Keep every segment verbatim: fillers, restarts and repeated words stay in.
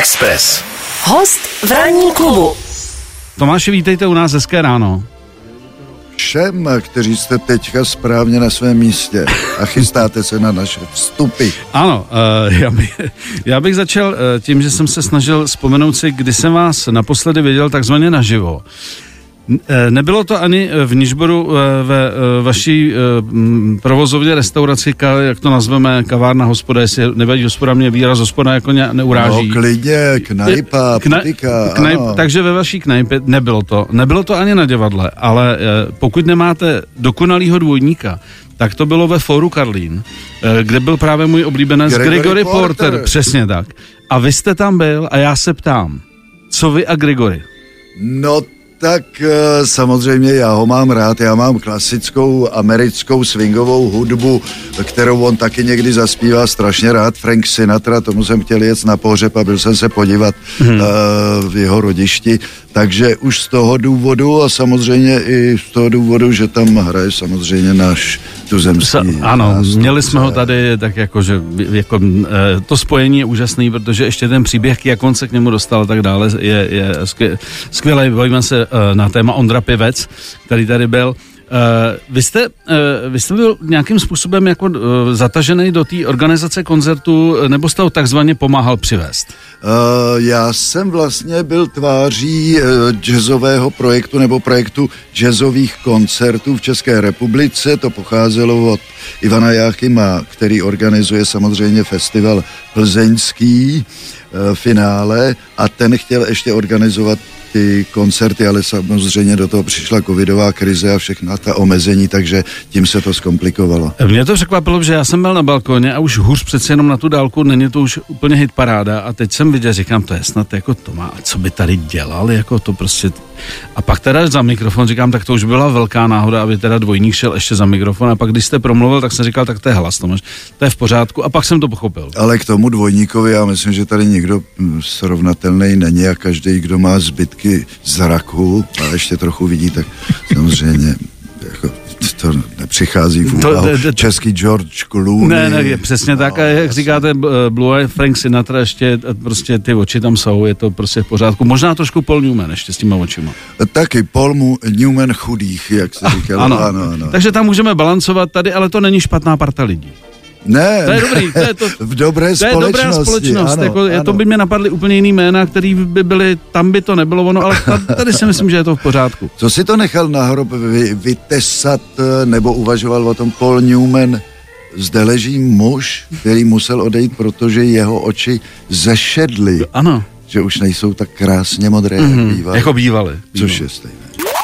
Express. Host v ranním klubu. Tomáši, vítejte u nás, hezké ráno. Všem, kteří jste teďka správně na svém místě a chystáte se na naše vstupy. Ano, uh, já, bych, já bych začal uh, tím, že jsem se snažil vzpomenout si, kdy jsem vás naposledy viděl takzvaně naživo. Nebylo to ani v Nižboru ve vaší provozovně restauraci, jak to nazveme, kavárna, hospoda, jestli nevadí hospoda, mě výraz hospoda jako neuráží. No klidně, knajpa, Kna, putika, knajp, takže ve vaší knajpě nebylo to. Nebylo to ani na divadle, ale pokud nemáte dokonalýho dvojníka, tak to bylo ve Fóru Karlín, kde byl právě můj oblíbenec Gregory, Gregory Porter. Porter. Přesně tak. A vy jste tam byl a já se ptám, co vy a Gregory? No tak samozřejmě já ho mám rád, já mám klasickou americkou swingovou hudbu, kterou on taky někdy zaspívá strašně rád, Frank Sinatra, tomu jsem chtěl jet na pohřeb a byl jsem se podívat hmm. uh, v jeho rodišti, takže už z toho důvodu a samozřejmě i z toho důvodu, že tam hraje samozřejmě náš tuzemský. Sa, ano, nástupce. Měli jsme ho tady, tak jako, že jako, to spojení je úžasný, protože ještě ten příběh, jak on se k němu dostal a tak dále, je, je skvělý. Bavíme se na téma Ondra Pivec, který tady byl. Uh, vy, jste, uh, vy jste byl nějakým způsobem jako uh, zatažený do té organizace koncertu, nebo jste ho takzvaně pomáhal přivést? Uh, já jsem vlastně byl tváří uh, jazzového projektu nebo projektu jazzových koncertů v České republice. To pocházelo od Ivana Jáchyma, který organizuje samozřejmě festival plzeňský uh, finále a ten chtěl ještě organizovat ty koncerty, ale samozřejmě do toho přišla covidová krize a všechna ta omezení, takže tím se to zkomplikovalo. Mě to překvapilo, že já jsem byl na balkoně a už hůř přece jenom na tu dálku, není to už úplně hit paráda a teď jsem viděl, říkám, to je snad jako to má, co by tady dělal, jako to prostě. A pak teda za mikrofon říkám, tak to už byla velká náhoda, aby teda dvojník šel ještě za mikrofon a pak když jste promluvil, tak jsem říkal, tak to je hlas, Tomáš, to je v pořádku a pak jsem to pochopil. Ale k tomu dvojníkovi já myslím, že tady nikdo srovnatelný není a každý, kdo má zbytky zraku a ještě trochu vidí, tak samozřejmě jako to nepřichází v úvahu. Český George Clooney. Ne, ne, je přesně tak, no, a jak jasný. Říkáte Blue Eye, Frank Sinatra, ještě prostě ty oči tam jsou, je to prostě v pořádku. Možná trošku Paul Newman ještě s těma očima. Taky Paul Newman chudých, jak se říkalo. Ano. Ano, ano. Takže tam můžeme balancovat tady, ale to není špatná parta lidí. Ne, to je dobrý, to je to, v dobré to společnosti. To je dobrá společnost, ano, jako, ano. To by mě napadly úplně jiný jména, který by byly, tam by to nebylo ono, ale tady si myslím, že je to v pořádku. Co si to nechal na hrob vy, vytesat, nebo uvažoval o tom Paul Newman? Zde leží muž, který musel odejít, protože jeho oči zešedly. Ano. Že už nejsou tak krásně modré, mm-hmm, jak bývaly. Jako bývaly. Což je stejné.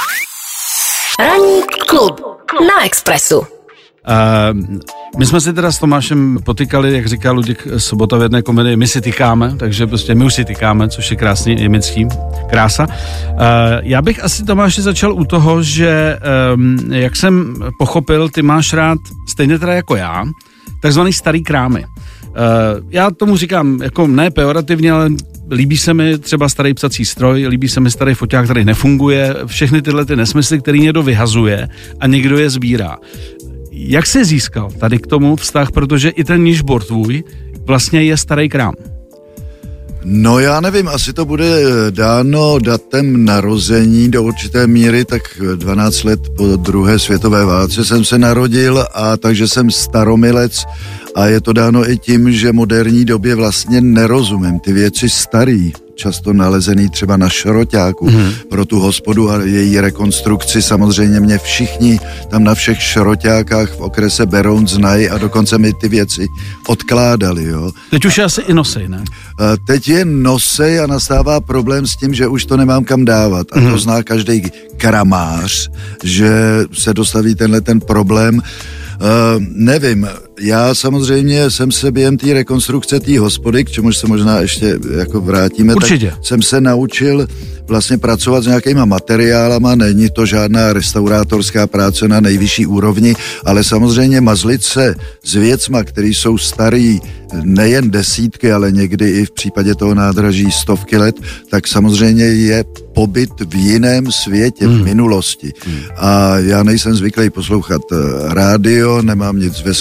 Ranní klub na Expressu. Uh, my jsme si teda s Tomášem potykali, jak říká Luděk Sobota v jedné komedii, my si tykáme, takže prostě my už si tykáme, což je krásný německý, krása. Uh, já bych asi, Tomáši, začal u toho, že um, jak jsem pochopil, ty máš rád, stejně teda jako já, takzvaný starý krámy. Uh, já tomu říkám, jako ne pejorativně, ale líbí se mi třeba starý psací stroj, líbí se mi starý foťák, který nefunguje, všechny tyhle ty nesmysly, který někdo vyhazuje a někdo je sbírá. Jak jsi získal tady k tomu vztah, protože i ten Nižbor tvůj vlastně je starý krám? No já nevím, asi to bude dáno datem narození do určité míry, tak dvanáct let po druhé světové válce jsem se narodil a takže jsem staromilec a je to dáno i tím, že moderní době vlastně nerozumím. Ty věci starý, často nalezený třeba na šroťáku mm-hmm. pro tu hospodu a její rekonstrukci. Samozřejmě mě všichni tam na všech šroťákách v okrese Beroun znají a dokonce mi ty věci odkládali. Jo. Teď už je asi i nosej, ne? Teď je nosej a nastává problém s tím, že už to nemám kam dávat. A mm-hmm. to zná každý kramář, že se dostaví tenhle ten problém. Uh, nevím, já samozřejmě jsem se během té rekonstrukce té hospody, k čemuž se možná ještě jako vrátíme, Určitě. tak jsem se naučil vlastně pracovat s nějakýma materiálama, není to žádná restaurátorská práce na nejvyšší úrovni, ale samozřejmě mazlit se s věcma, které jsou starý nejen desítky, ale někdy i v případě toho nádraží stovky let, tak samozřejmě je pobyt v jiném světě, hmm. v minulosti. Hmm. A já nejsem zvyklý poslouchat rádio, nemám nic ve sluchátkách,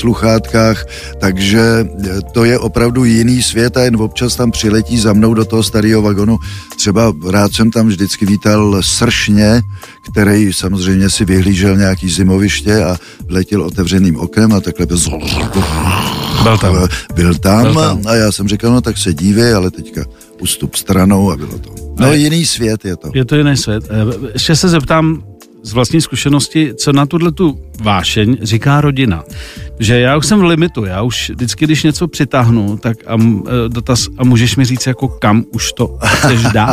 fotkách, takže to je opravdu jiný svět a jen občas tam přiletí za mnou do toho starého vagonu. Třeba rád jsem tam vždycky vítal Sršně, který samozřejmě si vyhlížel nějaký zimoviště a letěl otevřeným oknem a takhle byl Byl tam. Byl tam, Byl tam. A já jsem říkal, no tak se dívej, ale teďka ustup stranou a bylo to. No a jiný svět je to. Je to jiný svět. Ještě se zeptám z vlastní zkušenosti, co na tuhletu vášeň říká rodina. Že já už jsem v limitu, já už vždycky, když něco přitáhnu, tak a, dotaz, a můžeš mi říct, jako kam už to chceš dát?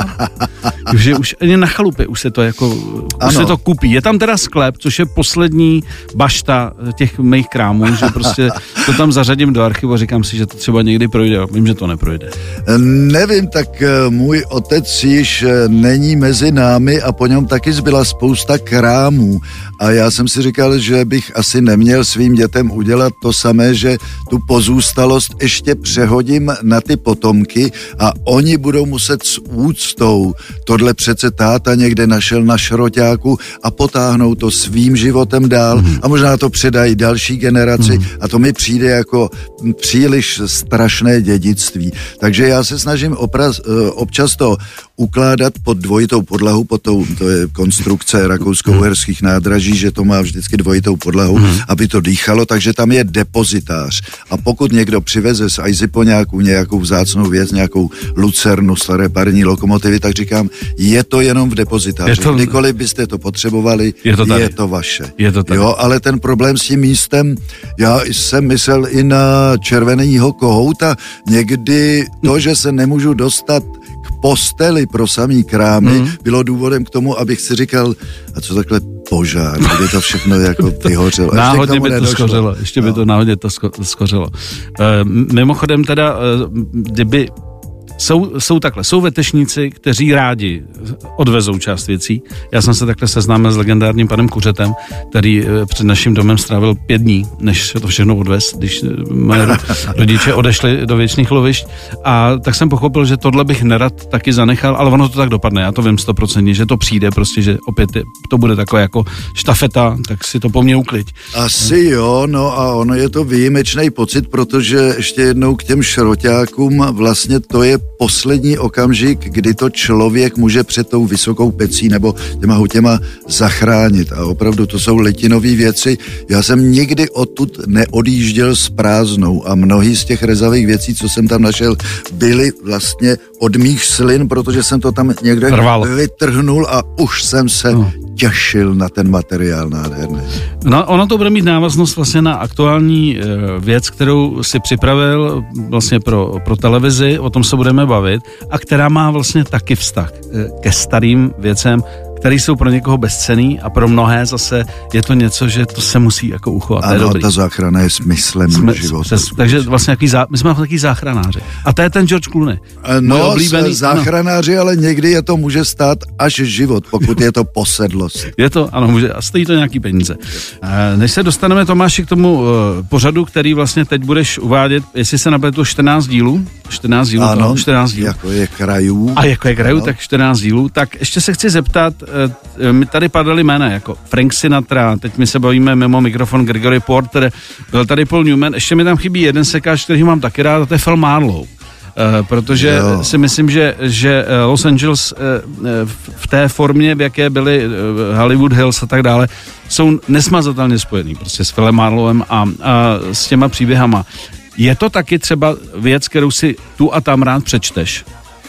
Že už ani na chalupě už se to jako, už se to kupí. Je tam teda sklep, což je poslední bašta těch mých krámů, že prostě to tam zařadím do archivu a říkám si, že to třeba někdy projde, vím, že to neprojde. Nevím, tak můj otec již není mezi námi a po něm taky zbyla spousta krámů a já jsem si říkal, že bych asi neměl svým dětem udělat to samé, že tu pozůstalost ještě přehodím na ty potomky a oni budou muset s úctou tohle přece táta někde našel na šroťáku a potáhnou to svým životem dál mm. a možná to předají další generaci mm. a to mi přijde jako příliš strašné dědictví. Takže já se snažím opras, občas to ukládat pod dvojitou podlahu, pod tou, to je konstrukce rakousko-uherských nádraží, že to má vždycky dvojitou podlahu, mm. aby to dýchalo, takže tam je depozitář. A pokud někdo přiveze z Aizipoňáku nějakou vzácnou věc, nějakou lucernu, staré parní lokomotivy, tak říkám, je to jenom v depozitáři. Je to... Kdykoliv byste to potřebovali, je to, je to vaše. Je to tady. Jo, ale ten problém s tím místem, já jsem myslel i na červeného kohouta, někdy to, že se nemůžu dostat k posteli pro samý krámy, mm. bylo důvodem k tomu, abych si říkal, a co takhle požár, kdyby to všechno jako vyhořelo. Náhodně by to skořilo, ještě no. by to náhodně to skořilo. E, mimochodem teda, e, kdyby Jsou, jsou takhle, jsou vetešníci, kteří rádi odvezou část věcí. Já jsem se takhle seznámil s legendárním panem Kuřetem, který před naším domem strávil pět dní, než to všechno odvez, když moje rodiče odešli do věčných lovišť. A tak jsem pochopil, že tohle bych nerad taky zanechal, ale ono to tak dopadne, já to vím stoprocentně, že to přijde, prostě, že opět je, to bude takové jako štafeta, tak si to po mně ukliď. Asi jo, no a ono je to výjimečný pocit, protože ještě jednou k těm šroťákům vlastně to je poslední okamžik, kdy to člověk může před tou vysokou pecí nebo těma hutěma zachránit. A opravdu to jsou letinové věci. Já jsem nikdy odtud neodjížděl s prázdnou a mnohý z těch rezavých věcí, co jsem tam našel, byly vlastně od mých slin, protože jsem to tam někde Rval. vytrhnul a už jsem se no. těšil na ten materiál nádherný. No, ono to bude mít návaznost vlastně na aktuální e, věc, kterou si připravil vlastně pro, pro televizi, o tom se budeme bavit, a která má vlastně taky vztah e, ke starým věcem, které jsou pro někoho bezcenný a pro mnohé zase je to něco, že to se musí jako uchovat. Ano, ta záchrana je smyslem Jsme, života. Přes, takže vlastně jaký zá, my jsme taky záchranáři. A to je ten George Clooney. No, oblíbený, záchranáři, no. Ale někdy je to může stát až život, pokud je to posedlost. Je to, ano, může, a stojí to nějaký peníze. Než se dostaneme, Tomáši, k tomu uh, pořadu, který vlastně teď budeš uvádět, jestli se napletu čtrnáct dílů, čtrnáct dílů, ano, to, čtrnáct dílů. Jako je krajů. A jako je krajů, ano. Tak čtrnáct dílů. Tak ještě se chci zeptat, my tady padaly jména jako Frank Sinatra, teď my se bavíme mimo mikrofon Gregory Porter, byl tady Paul Newman, ještě mi tam chybí jeden sekáč, který mám taky rád, a to je Phil Marlowe. Uh, protože jo. si myslím, že, že Los Angeles uh, v té formě, v jaké byly uh, Hollywood Hills a tak dále, jsou nesmazatelně spojený prostě s Philem Marlowem a, a s těma příběhama. Je to taky třeba věc, kterou si tu a tam rád přečteš?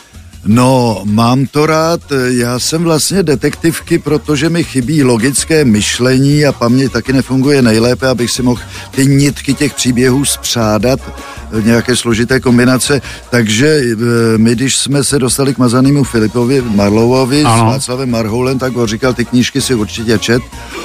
No, mám to rád, já jsem vlastně detektivky, protože mi chybí logické myšlení a paměť taky nefunguje nejlépe, abych si mohl ty nitky těch příběhů spřádat, nějaké složité kombinace, takže my, když jsme se dostali k mazanému Filipovi Marlowovi s Václavem Marhoulem, tak ho říkal, ty knížky si určitě čet.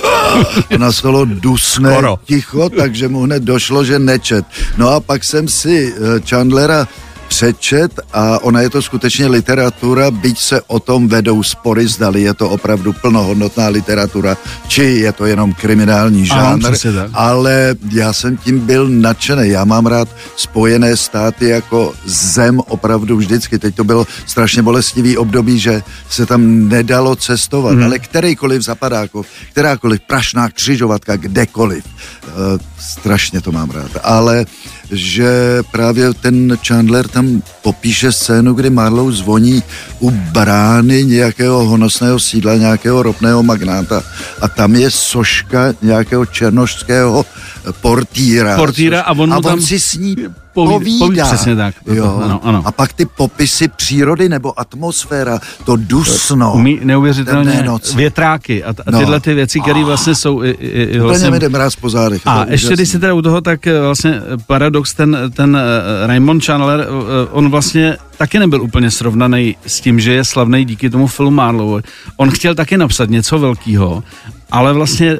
A nastalo dusné Skoro. ticho, takže mu hned došlo, že nečet. No a pak jsem si Chandlera přečet a ona je to skutečně literatura, byť se o tom vedou spory, zdali je to opravdu plnohodnotná literatura, či je to jenom kriminální žánr, Ano, ale já jsem tím byl nadšený. Já mám rád Spojené státy jako zem opravdu vždycky. Teď to bylo strašně bolestivý období, že se tam nedalo cestovat, hmm. ale kterýkoliv zapadákov, kterákoliv prašná křižovatka, kdekoliv. E, strašně to mám rád. Ale že právě ten Chandler tam popíše scénu, kdy Marlowe zvoní u brány nějakého honosného sídla, nějakého ropného magnáta a tam je soška nějakého černošského portýra. Portýra a on, a on tam si s ní povídá. povídá. Přesně tak. Jo. Ano, ano. A pak ty popisy přírody nebo atmosféra, to dusno. Umí neuvěřitelně větráky a, a no. tyhle ty věci, které vlastně jsou... I, i, vlastně mi jde mráz po zádech. A ještě když si teda u toho, tak vlastně paradox, ten, ten Raymond Chandler, on vlastně taky nebyl úplně srovnaný s tím, že je slavný díky tomu filmu Marlowe. On chtěl taky napsat něco velkého, ale vlastně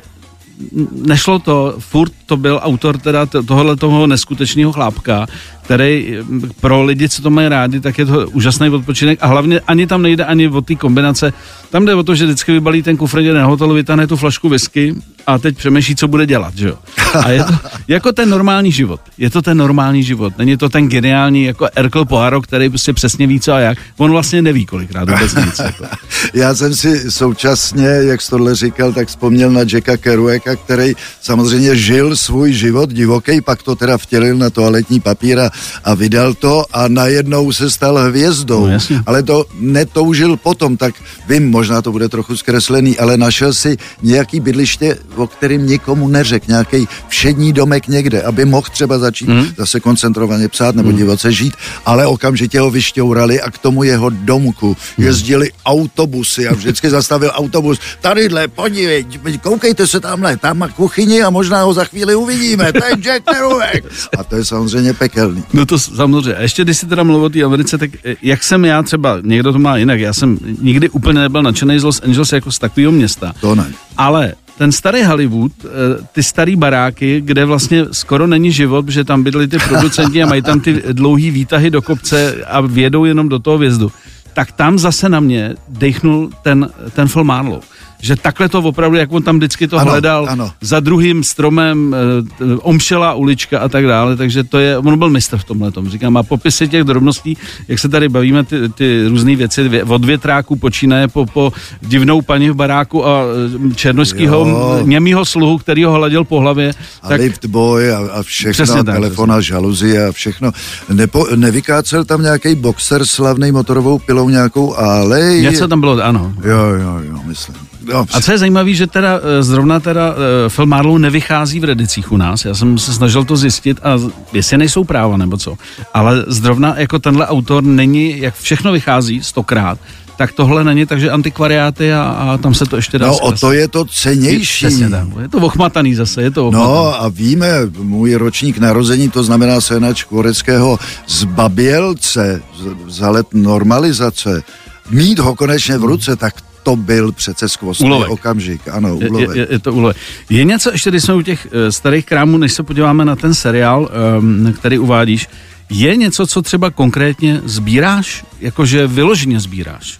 nešlo to, furt to byl autor teda tohohle toho neskutečného chlápka, který pro lidi, co to mají rádi, tak je to úžasný odpočinek a hlavně ani tam nejde ani o té kombinace. Tam jde o to, že vždycky vybalí ten kufr, jde na hotelu, vytáhne tu flašku whisky a teď přemýšlí, co bude dělat, že jo. A je to jako ten normální život. Je to ten normální život. Není to ten geniální jako Hercule Poirot, který prostě přesně ví, co a jak. On vlastně neví kolikrát vůbec nic. Jako. Já jsem si současně, jak jsi tohle říkal, tak vzpomněl na Jacka Kerouaka, který samozřejmě žil svůj život divoký, pak to teda vtělil na toaletní papír a, a vydal to a najednou se stal hvězdou. No, ale to netoužil potom, tak vím, možná to bude trochu zkreslený, ale našel si nějaký bydliště, o kterým nikomu neřekl, nějaký všední domek někde, aby mohl třeba začít hmm. zase koncentrovaně psát nebo hmm. divoce žít, ale okamžitě ho vyšťourali a k tomu jeho domku jezdili autobusy a vždycky zastavil autobus. Tadyhle, podívej, koukejte se tamhle, tam má kuchyni a možná ho za chvíli uvidíme, to je Jack Kerouac. A to je samozřejmě pekelný. No to samozřejmě. A ještě když si teda mluvil o té Americe, tak jak jsem já třeba, někdo to má jinak, já jsem nikdy úplně nebyl nadšený z Los Angeles jako z takového města. To ne. Ale ten starý Hollywood, ty starý baráky, kde vlastně skoro není život, že tam bydli ty producenti a mají tam ty dlouhý výtahy do kopce a vědou jenom do toho vjezdu, tak tam zase na mě dejchnul ten, ten film Marlowe. Že takhle to opravdu, jak on tam vždycky to ano, hledal ano. za druhým stromem, e, omšelá ulička a tak dále, takže to je, on byl mistr v tomhletom, říkám, a popisy těch drobností, jak se tady bavíme, ty, ty různé věci, od větráku počínaje po, po divnou paní v baráku a černošskýho němýho sluhu, který ho hladil po hlavě. A tak, lift boy a, a všechno, přesně telefon tak, a žaluzie a všechno. Nepo, nevykácel tam nějaký boxer slavnej motorovou pilou nějakou alej? Něco tam bylo, ano. Jo, jo, jo, myslím. Dobře. A co je zajímavé, že teda zrovna teda film Marlowe nevychází v Redicích u nás. Já jsem se snažil to zjistit a jestli nejsou práva nebo co. Ale zrovna jako tenhle autor není, jak všechno vychází stokrát, tak tohle není, takže antikvariáty a, a tam se to ještě dá No zkreslit. o to je to cenější. Je, je to ochmataný zase, je to ochmataný. No a víme, můj ročník narození, to znamená Sena Čkvoreckého z Babělce, za let normalizace, mít ho konečně v ruce, tak to byl přece skvostný okamžik. Ano, úlovek. Je, je, je to úlovek. Je něco, ještě když jsme u těch uh, starých krámů, než se podíváme na ten seriál, um, který uvádíš, je něco, co třeba konkrétně sbíráš? Jakože vyloženě sbíráš?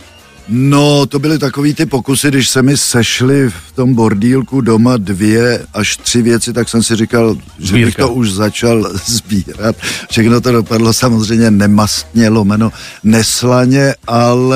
No, to byly takový ty pokusy, když se mi sešly v tom bordílku doma dvě až tři věci, tak jsem si říkal, že Zbírka. bych to už začal sbírat. Všechno to dopadlo samozřejmě nemastně, lomeno neslaně, ale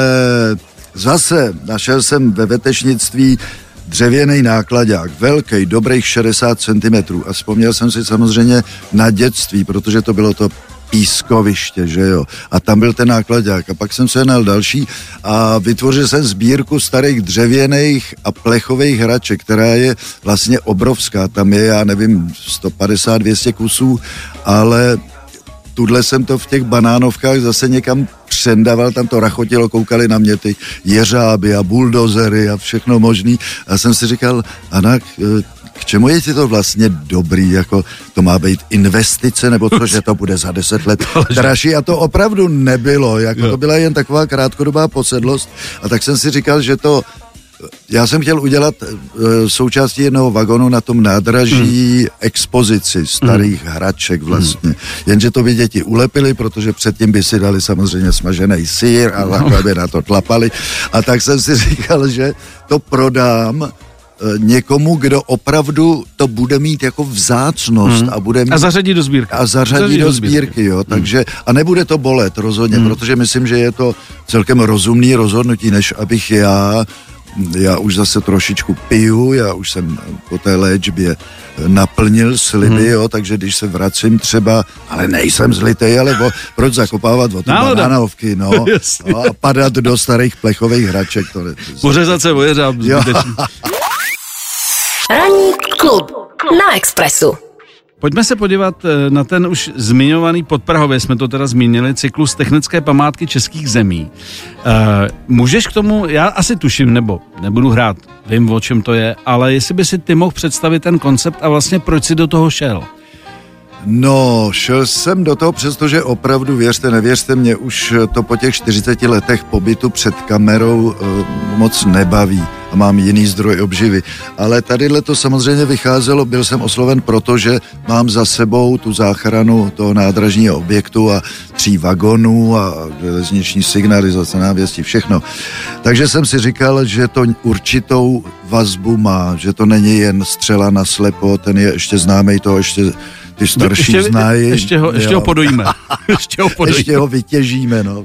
zase našel jsem ve vetešnictví dřevěný nákladák, velký, dobrých šedesát centimetrů a vzpomněl jsem si samozřejmě na dětství, protože to bylo to pískoviště, že jo. A tam byl ten nákladák. A pak jsem se nal další a vytvořil jsem sbírku starých dřevěných a plechových hraček, která je vlastně obrovská. Tam je, já nevím, sto padesát dvě stě kusů, ale tudle jsem to v těch banánovkách zase někam přendával, tam to rachotilo, koukali na mě ty jeřáby a buldozery a všechno možný. A jsem si říkal, Ana, k čemu je ti to vlastně dobrý, jako to má být investice, nebo to, že to bude za deset let dražší, a to opravdu nebylo, jako to byla jen taková krátkodobá posedlost, a tak jsem si říkal, že to Já jsem chtěl udělat uh, součástí jednoho vagonu na tom nádraží hmm. expozici starých hmm. hraček vlastně. Hmm. Jenže to by děti ulepili, protože předtím by si dali samozřejmě smažený sýr a takhle by na to tlapali. A tak jsem si říkal, že to prodám uh, někomu, kdo opravdu to bude mít jako vzácnost hmm. a bude mít... A zařadí do sbírky. A zařadí, zařadí do sbírky, jo. Hmm. Takže, a nebude to bolet rozhodně, hmm. protože myslím, že je to celkem rozumný rozhodnutí, než abych já Já už zase trošičku piju, já už jsem po té léčbě naplnil sliby, hmm. jo, takže když se vracím třeba, ale nejsem zlitej, ale bo, proč zakopávat o ty banánovky, no, no, a padat do starých plechových hraček. To ne, pořezat se vojeřám zbytečný. Ranní klub na Expressu. Pojďme se podívat na ten už zmiňovaný podprahově, jsme to teda zmínili, cyklus technické památky českých zemí. E, můžeš k tomu, já asi tuším, nebo nebudu hrát, vím, o čem to je, ale jestli by si ty mohl představit ten koncept a vlastně proč si do toho šel? No, šel jsem do toho, přestože opravdu, věřte, nevěřte, mě už to po těch čtyřiceti letech pobytu před kamerou e, moc nebaví a mám jiný zdroj obživy. Ale tadyhle to samozřejmě vycházelo, byl jsem osloven proto, že mám za sebou tu záchranu toho nádražního objektu a tří vagonů a železniční signalizace, návěstí, všechno. Takže jsem si říkal, že to určitou vazbu má, že to není jen střela na slepo, ten je ještě známej, toho ještě ty starší ještě, znají. Ještě ho, ještě ho podojíme. ještě ho podojíme. Ještě ho vytěžíme, no.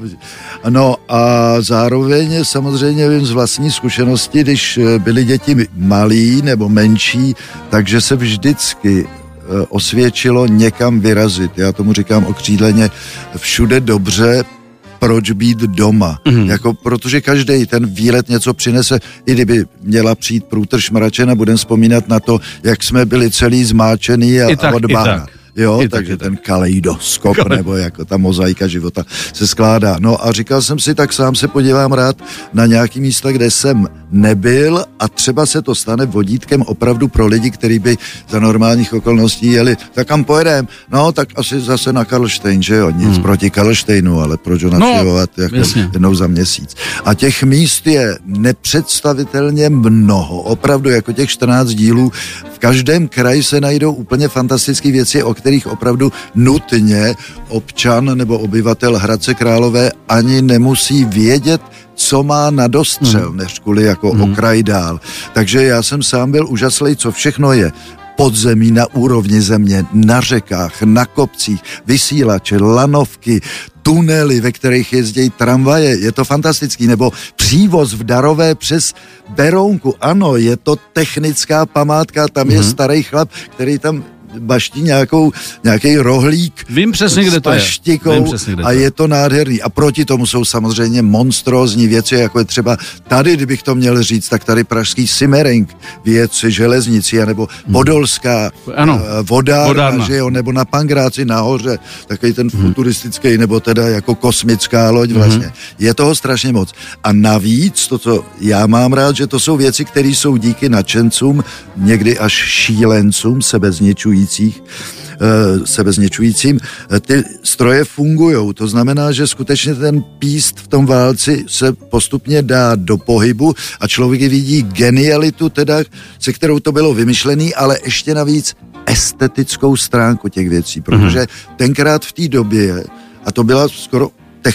No a zároveň samozřejmě vím z vlastní zkušenosti, když byly děti malí nebo menší, takže se vždycky osvědčilo někam vyrazit. Já tomu říkám okřídleně všude dobře, proč být doma. Mm-hmm. Jako, protože každý ten výlet něco přinese, i kdyby měla přijít průtrž mračena, budem vzpomínat na to, jak jsme byli celý zmáčený a, tak, a od bána. Jo, I takže tak, ten kaleidoskop, Kale... nebo jako ta mozaika života se skládá. No a říkal jsem si, tak sám se podívám rád na nějaký místa, kde jsem nebyl a třeba se to stane vodítkem opravdu pro lidi, kteří by za normálních okolností jeli, tak kam pojedem? No, tak asi zase na Karlštejn, že jo? Nic hmm. proti Karlštejnu, ale proč ho navštěvovat no, jako jednou za měsíc. A těch míst je nepředstavitelně mnoho. Opravdu jako těch čtrnáct dílů. V každém kraji se najdou úplně fantastické věci, o kterých opravdu nutně občan nebo obyvatel Hradce Králové ani nemusí vědět, co má na dostřel, hmm. než kvůli jako hmm. okraj dál. Takže já jsem sám byl úžaslej, co všechno je podzemí, na úrovni země, na řekách, na kopcích, vysílače, lanovky, tunely, ve kterých jezdí tramvaje, je to fantastický, nebo přívoz v Darové přes Berounku, ano, je to technická památka, tam hmm. je starý chlap, který tam baští nějakou, nějaký rohlík. Vím přesně, kde to je. Vím přesně, kde a je to nádherný. A proti tomu jsou samozřejmě monstrózní věci, jako je třeba tady, kdybych to měl říct, tak tady pražský Simmering, věci železnici, nebo podolská ano, uh, vodárna, že jo, nebo na Pangráci nahoře, takový ten hmm. futuristický, nebo teda jako kosmická loď vlastně. Hmm. Je toho strašně moc. A navíc, to, co já mám rád, že to jsou věci, které jsou díky nadšencům, někdy až šílencům, sebezničují sebezničujícím, ty stroje fungujou. To znamená, že skutečně ten píst v tom válci se postupně dá do pohybu a člověk vidí genialitu, teda, se kterou to bylo vymyšlený, ale ještě navíc estetickou stránku těch věcí, protože mm-hmm. tenkrát v té době, a to byla skoro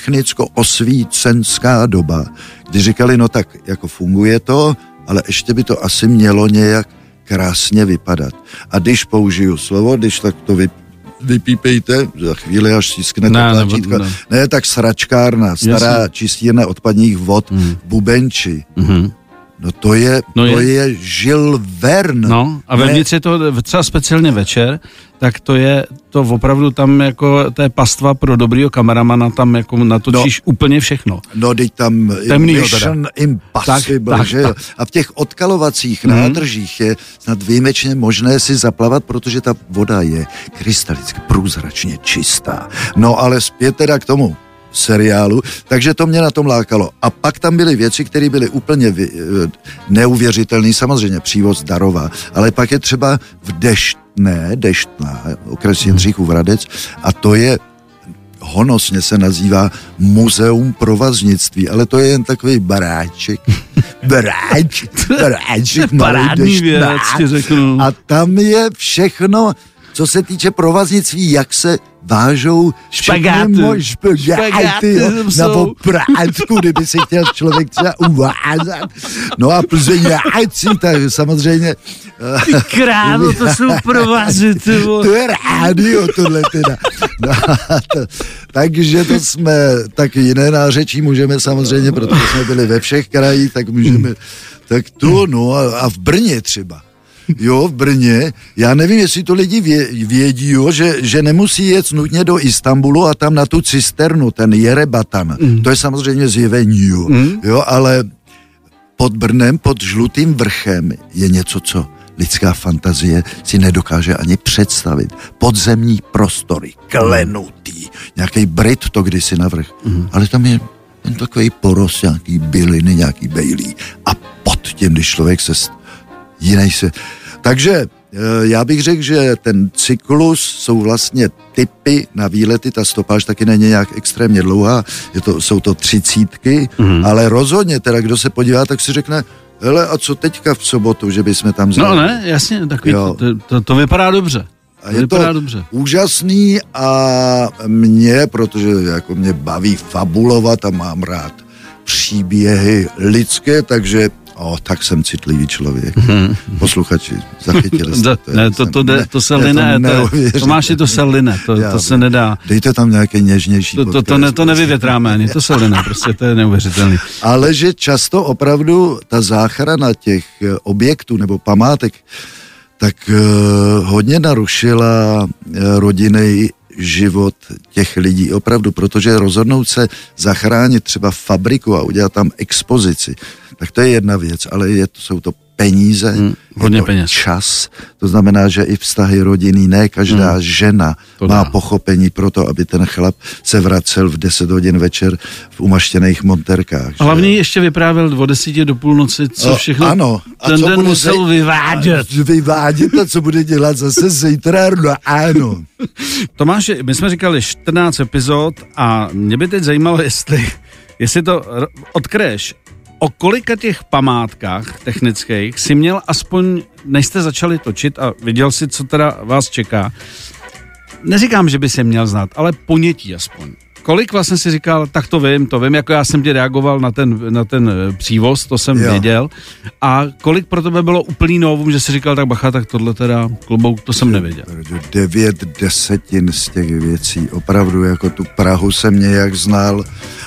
technicko-osvícenská doba, kdy říkali, no tak jako funguje to, ale ještě by to asi mělo nějak krásně vypadat. A když použiju slovo, když tak to vy, vypípejte, za chvíli, až stisknete ne, tlačítko. Ne. ne, tak sračkárna, stará Jasně. čistírna odpadních vod mm. v Bubenči. Mm-hmm. No to je, no to je. je Jules Verne. No a vevnitř je to třeba speciálně večer, tak to je to opravdu tam jako, to je pastva pro dobrýho kameramana, tam jako natočíš no, úplně všechno. No, teď tam Mission Impossible, tak, že tak, tak. A v těch odkalovacích mm. nádržích je snad výjimečně možné si zaplavat, protože ta voda je krystalicky průzračně čistá. No ale zpět teda k tomu seriálu, takže to mě na tom lákalo. A pak tam byly věci, které byly úplně vy, neuvěřitelné, samozřejmě přívoz Darova, ale pak je třeba v Deštné, Deštná, okres Jindřichův Hradec, a to je honosně se nazývá Muzeum provaznictví, ale to je jen takový baráček. Baráček, baráček. Parádní věc, ti řeknu. A tam je všechno, co se týče provaznictví, jak se vážou špagáty, mo- špagáty jo, na oprátku, kdyby si chtěl člověk třeba uvázat. No a plzeňáci, tak samozřejmě... Ty krávo, to jsou provazy, ty vole. To je rádio, tohle teda. No, to, takže to jsme, tak jiné nářečí můžeme samozřejmě, protože jsme byli ve všech krajích, tak můžeme, tak to, no a, a v Brně třeba. Jo, v Brně, já nevím, jestli to lidi vě, vědí, jo, že, že nemusí jet nutně do Istanbulu a tam na tu cisternu, ten Jerebatan, mm. to je samozřejmě zjevení, jo, mm. jo, ale pod Brnem, pod Žlutým vrchem je něco, co lidská fantazie si nedokáže ani představit. Podzemní prostory, klenutý, nějaký Brit to kdysi navrch, mm. ale tam je jen takový poros, nějaký byliny, nějaký bejlí a pod tím, když člověk se jiný se. Takže já bych řekl, že ten cyklus jsou vlastně typy na výlety, ta stopáž taky není nějak extrémně dlouhá, je to, jsou to třicítky, mm. ale rozhodně teda, kdo se podívá, tak si řekne, hele, a co teďka v sobotu, že bychom tam zjeli? No ne, jasně, takový, to, to, to vypadá dobře. A je to dobře. úžasný a mě, protože jako mě baví fabulovat a mám rád příběhy lidské, takže O, tak jsem citlivý člověk. Hmm. Posluchači, zachytili jste. To, ne, to, to, ne, to se line, to, to máš i to se line, to, to se nedá. Dejte tam nějaké něžnější to, to, to, ne, to nevyvětráme ani, to se line, prostě to je neuvěřitelný. Ale že často opravdu ta záchrana těch objektů nebo památek tak uh, hodně narušila uh, rodinný život těch lidí opravdu, protože rozhodnout se zachránit třeba fabriku a udělat tam expozici, tak to je jedna věc, ale je, jsou to peníze, hmm, hodně je to peněz. Čas, to znamená, že i vztahy rodinný, ne každá hmm. žena to má dá. pochopení pro to, aby ten chlap se vracel v deset hodin večer v umaštěných monterkách. A hlavně ještě vyprávěl od desíti do půlnoci, co všechno o, ano. A ten co den musel zej... vyvádět. Vyvádět a co bude dělat zase zítra, no ano. Tomáši, my jsme říkali čtrnáct epizod a mě by teď zajímalo, jestli, jestli to odkryješ, o kolika těch památkách technických si měl aspoň, než jste začali točit a viděl si, co teda vás čeká. Neříkám, že by se měl znát, ale ponětí aspoň. Kolik vlastně si říkal, tak to vím, to vím, jako já jsem ti reagoval na ten, na ten přívoz, to jsem jo. věděl. A kolik pro tebe bylo úplný novum, že si říkal, tak bacha, tak tohle teda klobouk, to jsem nevěděl. Devět desetin z těch věcí, opravdu, jako tu Prahu jsem nějak znal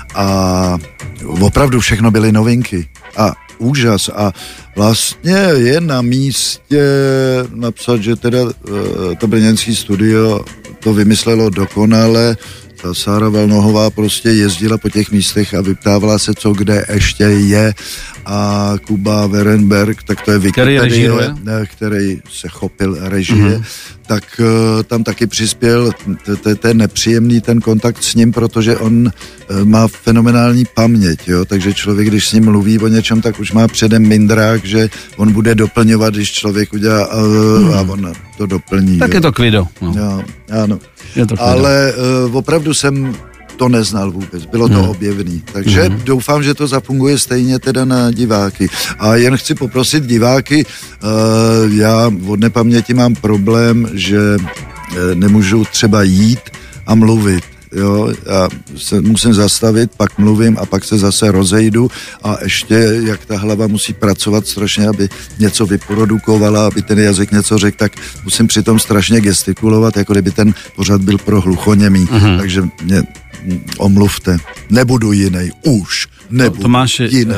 a opravdu všechno byly novinky a úžas a vlastně je na místě napsat, že teda to brněnský studio to vymyslelo dokonale. Ta Sára Velnohová prostě jezdila po těch místech a vyptávala se, co kde ještě je a Kuba Werenberg, tak to je Wikipedie, který se chopil režie, mm-hmm. tak uh, tam taky přispěl, to je nepříjemný ten kontakt s ním, protože on uh, má fenomenální paměť, jo, takže člověk, když s ním mluví o něčem, tak už má předem mindrák, že on bude doplňovat, když člověk udělá uh, mm. a on to doplní. Tak jo. Je to kvido. No. Jo, ano. Je to Ale uh, opravdu jsem to neznal vůbec, bylo to hmm. objevný. Takže hmm. doufám, že to zafunguje stejně teda na diváky. A jen chci poprosit diváky, uh, já od nepaměti mám problém, že uh, nemůžu třeba jít a mluvit. Jo, já se musím zastavit, pak mluvím a pak se zase rozejdu a ještě, jak ta hlava musí pracovat strašně, aby něco vyprodukovala, aby ten jazyk něco řekl, tak musím přitom strašně gestikulovat, jako kdyby ten pořad byl pro hluchoněmý. Uh-huh. Takže mě omluvte, nebudu jiný, už nebudu Tomáši, jiný.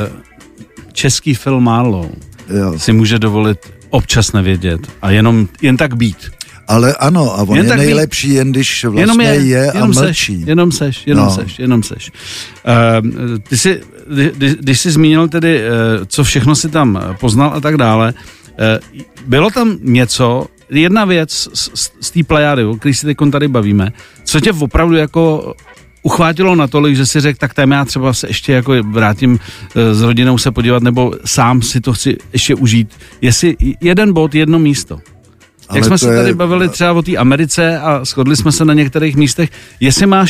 Český film málo jo. si může dovolit občas nevědět a jenom jen tak být. Ale ano, a on jen je nejlepší, jen když vlastně jenom je, je jenom a mlčí. Seš, jenom seš, jenom no. seš, jenom seš. Uh, ty jsi, kdy, když jsi zmínil tedy, uh, co všechno si tam poznal a tak dále, uh, bylo tam něco, jedna věc z, z, z té plejády, o který si teď tady bavíme, co tě opravdu jako uchvátilo natolik, že si řekl, tak tam já třeba se ještě jako vrátím s rodinou se podívat, nebo sám si to chci ještě užít. Jestli jeden bod, jedno místo. Jak ale jsme se tady je... bavili třeba o té Americe a shodli jsme se na některých místech, jestli máš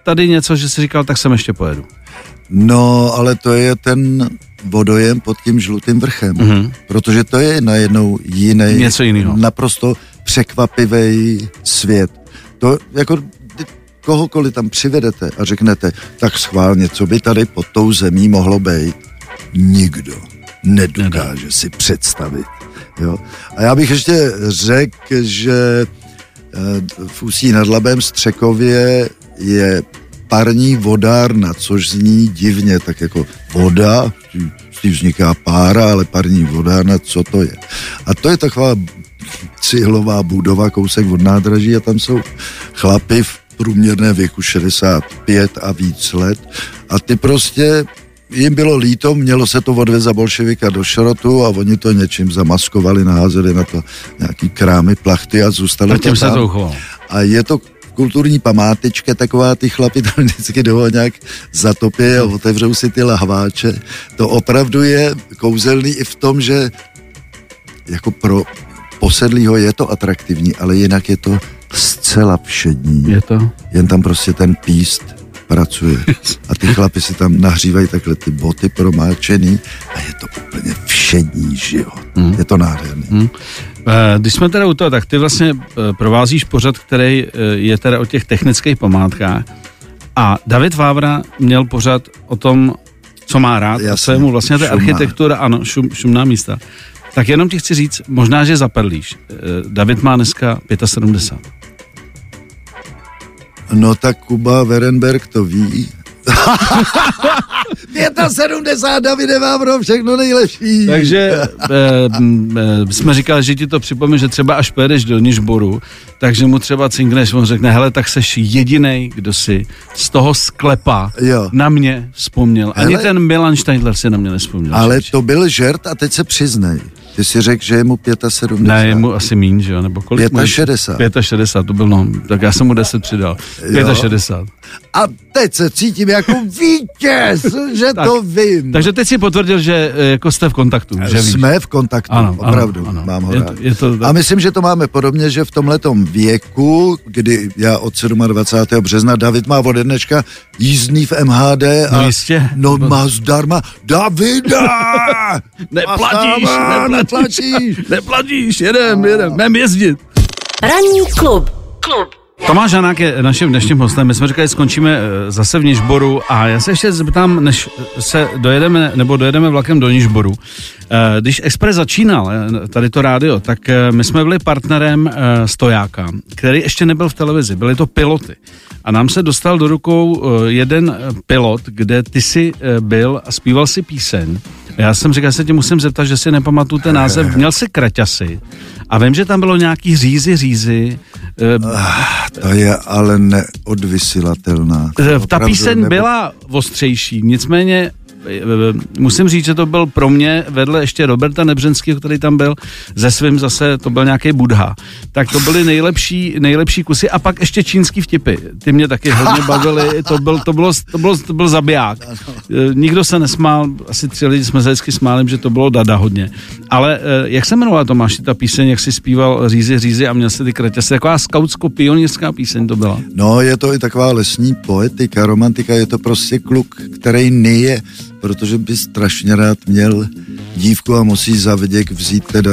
tady něco, že jsi říkal, tak sem ještě pojedu? No, ale to je ten vodojem pod tím žlutým vrchem, mm-hmm. protože to je najednou jiný, něco jiného. Naprosto překvapivý svět. To jako kohokoliv tam přivedete a řeknete, tak schválně, co by tady pod tou zemí mohlo být, nikdo nedokáže si představit. Jo? A já bych ještě řekl, že v Ústí nad Labem Střekově je parní vodárna, což zní divně, tak jako voda, s tím vzniká pára, ale parní vodárna, co to je? A to je taková cihlová budova, kousek od nádraží a tam jsou chlapi v průměrné věku šedesát pět a víc let a ty prostě jim bylo líto, mělo se to odvést za bolševika do šrotu a oni to něčím zamaskovali, naházeli na to nějaký krámy, plachty a zůstalo to tam. To a je to kulturní památečka, taková ty chlapi tam vždycky jdou nějak zatopí a otevřou si ty lahváče. To opravdu je kouzelný i v tom, že jako pro posedlýho je to atraktivní, ale jinak je to zcela všední. Je to? Jen tam prostě ten píst pracuje. A ty chlapi si tam nahřívají takhle ty boty promáčený a je to úplně všední život. Hmm. Je to nádherný. Hmm. Když jsme teda u toho, tak ty vlastně provázíš pořad, který je teda o těch technických památkách a David Vávra měl pořad o tom, co má rád, Jasně, o svému vlastně té architektura, ano, šum, šumná místa. Tak jenom ti chci říct, možná, že zaperlíš. David má dneska sedmdesát pět. No tak Kuba Werenberg to ví. sedmdesát pět, Davide Vávro, všechno nejlepší. Takže e, e, jsme říkali, že ti to připomíná, že třeba až pojedeš do Nižboru, takže mu třeba cinkneš, on řekne, hele, tak seš jedinej, kdo si z toho sklepa jo. na mě vzpomněl. Ani hele, ten Milan Steindler si na mě nevzpomněl. Ale to byl žert a teď se přiznej. Ty si řekl, že je mu sedmdesát pět. Ne, je mu asi míň, že jo, nebo kolik mu? šedesát pět. šedesát pět, to byl, no, tak já jsem mu deset přidal. šedesát pět. A teď se cítím jako vítěz, že tak, to vím. Takže teď si potvrdil, že jako jste v kontaktu. Že Jsme víš. v kontaktu, ano, opravdu, ano, ano. mám ho je rád. to, je to, a myslím, že to máme podobně, že v tomhletom věku, kdy já od dvacátého sedmého března, David má od jednečka jízdný v M H D a no jistě. No má zdarma, Davida! Neplatíš, neplatíš, neplatíš, jedem, jedem, mám jezdit. Ranní klub. Klub. Tomáš Hanák je naším dnešním hostem. My jsme říkali, skončíme zase v Nižboru a já se ještě zeptám, než se dojedeme, nebo dojedeme vlakem do Nižboru. Když Express začínal, tady to rádio, tak my jsme byli partnerem Stojáka, který ještě nebyl v televizi, byly to piloty. A nám se dostal do rukou jeden pilot, kde ty jsi byl a zpíval si píseň. Já jsem říkal, že se tě musím zeptat, že si nepamatuju ten název. Měl jsi kraťasy a vím, že tam bylo nějaký řízy, řízy. Ah, to je ale neodvysílatelná. Ta píseň nebo... byla ostřejší, nicméně musím říct, že to byl pro mě vedle ještě Roberta Nebřenského, který tam byl, ze svým zase, to byl nějaký Budha. Tak to byly nejlepší, nejlepší kusy a pak ještě čínský vtipy. Ty mě taky hodně bavily, to byl, to bylo, to bylo, to byl zabiják. Nikdo se nesmál, asi tři lidi jsme se vždycky smáli, že to bylo dada hodně. Ale jak se jmenovala Tomáš, ta píseň, jak jsi zpíval Řízy, řízy a měl se ty kraťasy, taková skautsko-pionírská píseň to byla. No, je to i taková lesní poetika, romantika, je to prostě kluk, který neje, protože by strašně rád měl dívku a musí za vděk vzít teda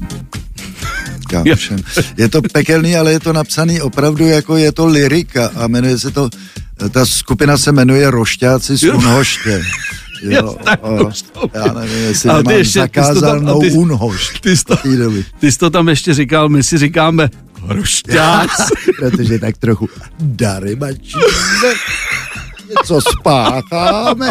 kámošem. Je to pekelný, ale je to napsaný opravdu jako je to lyrika a jmenuje se to, ta skupina se jmenuje Rošťáci z Unhoště. Jo, o, já nevím, jestli nemám ještě, zakázanou ty, Unhošť. Ty, ty, ty jsi to tam ještě říkal, my si říkáme Rošťáci. Protože tak trochu dary mačíme. Co spácháme.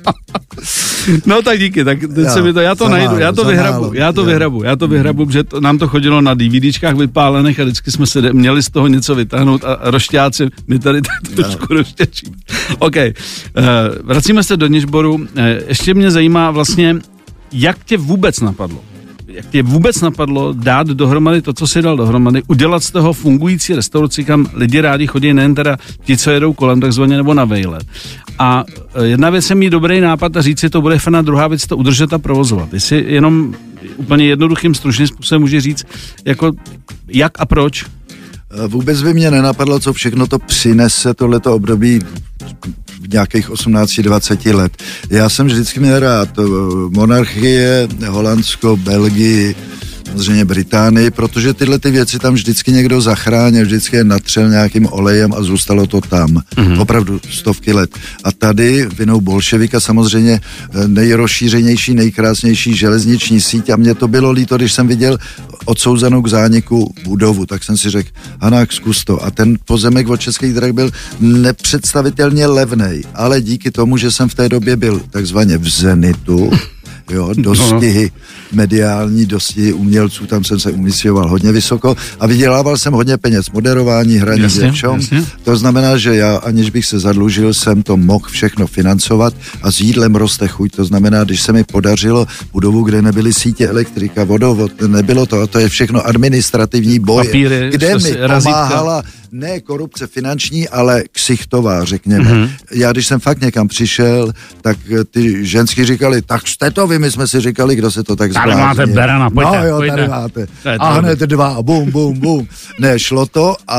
No tak díky, tak teď se mi to, já to najdu, málo, já to vyhrabu, málo, já to jo. vyhrabu, já to vyhrabu, protože to, nám to chodilo na DVDčkách vypálených a vždycky jsme se měli z toho něco vytáhnout a rošťáci, my tady tak trošku roštěčíme. OK, uh, vracíme se do Nižboru, uh, ještě mě zajímá vlastně, jak tě vůbec napadlo, jak tě vůbec napadlo dát dohromady to, co si dal dohromady, udělat z toho fungující restauraci, kam lidi rádi chodí, nejen teda ti, co jedou kolem takzvaně nebo na vejlet. A jedna věc je mít dobrý nápad a říct si, to bude fajn, a druhá věc to udržet a provozovat. Jestli jenom úplně jednoduchým, stručným způsobem může říct, jako jak a proč? vůbec by mě nenapadlo, co všechno to přinese tohleto období v nějakých osmnáct dvacet let. Já jsem vždycky měl rád monarchie, Holandsko, Belgii, samozřejmě Británii, protože tyhle ty věci tam vždycky někdo zachránil, vždycky je natřel nějakým olejem a zůstalo to tam. Mm-hmm. Opravdu stovky let. A tady vinou bolševika samozřejmě nejrozšířenější, nejkrásnější železniční síť a mně to bylo líto, když jsem viděl odsouzenou k zániku budovu, tak jsem si řekl, Hanák, zkus to. A ten pozemek od Českých drah byl nepředstavitelně levnej, ale díky tomu, že jsem v té době byl takzvaně v zenitu, jo, dostihy mediální, dostihy umělců, tam jsem se umísťoval hodně vysoko a vydělával jsem hodně peněz, moderování, hraní, děvčom. To znamená, že já, aniž bych se zadlužil, jsem to mohl všechno financovat a s jídlem roste chuť. To znamená, když se mi podařilo budovu, kde nebyly sítě elektrika, vodovod, nebylo to, a to je všechno administrativní boje, papíry, kde mi pomáhala ne korupce finanční, ale ksichtová, řekněme. Mm-hmm. Já, když jsem fakt někam přišel, tak ty ženský říkali, tak jste to vy, my jsme si říkali, kdo se to tak zblázně. Tady máte berana, pojďte. No jo, pojďte. tady máte. A hned dva, a bum, bum, bum. Ne, šlo to a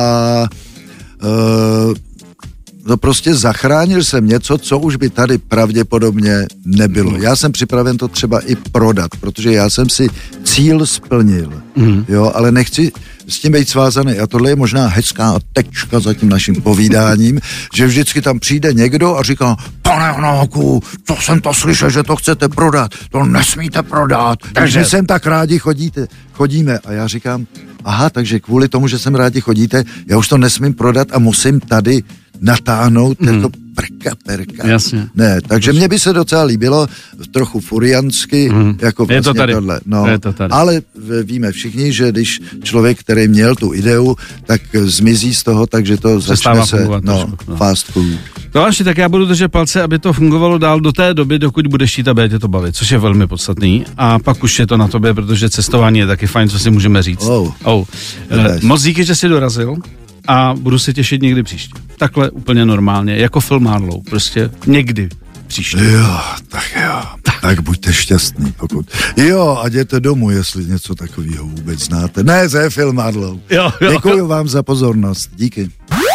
uh, no prostě zachránil jsem něco, co už by tady pravděpodobně nebylo. Já jsem připraven to třeba i prodat, protože já jsem si cíl splnil, mm. jo, ale nechci s tím být svázaný. A tohle je možná hezká tečka za tím naším povídáním, že vždycky tam přijde někdo a říká, pane Hanáku, co jsem to slyšel, že to chcete prodat, to nesmíte prodat, takže sem tak rádi chodíte, chodíme. A já říkám, aha, takže kvůli tomu, že sem rádi chodíte, já už to nesmím prodat a musím tady natáhnout mm. jako prka, perka. Jasně. Ne, takže mně by se docela líbilo trochu furiansky, mm. jako vlastně je to tady. tohle. No, je to tady. Ale víme všichni, že když člověk, který měl tu ideu, tak zmizí z toho, takže to začne se, no, no, fast food. Tomáši, tak já budu držet palce, aby to fungovalo dál do té doby, dokud budeš chtít a bude tě to bavit, což je velmi podstatný. A pak už je to na tobě, protože cestování je taky fajn, co si můžeme říct. Oh. Oh. E, moc díky, že jsi dorazil a budu se těšit někdy příště. Takhle úplně normálně, jako Phil Marlowe, prostě někdy příště. Jo, tak jo, tak, tak buďte šťastný, pokud. Jo, a jděte domů, jestli něco takového vůbec znáte. Ne, to je Phil Marlowe. Jo, jo. Děkuju vám za pozornost, díky.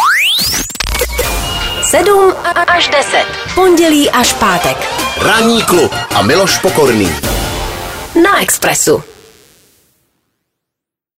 sedm až deset. Pondělí až pátek. Ranní klub a Miloš Pokorný. Na Expressu.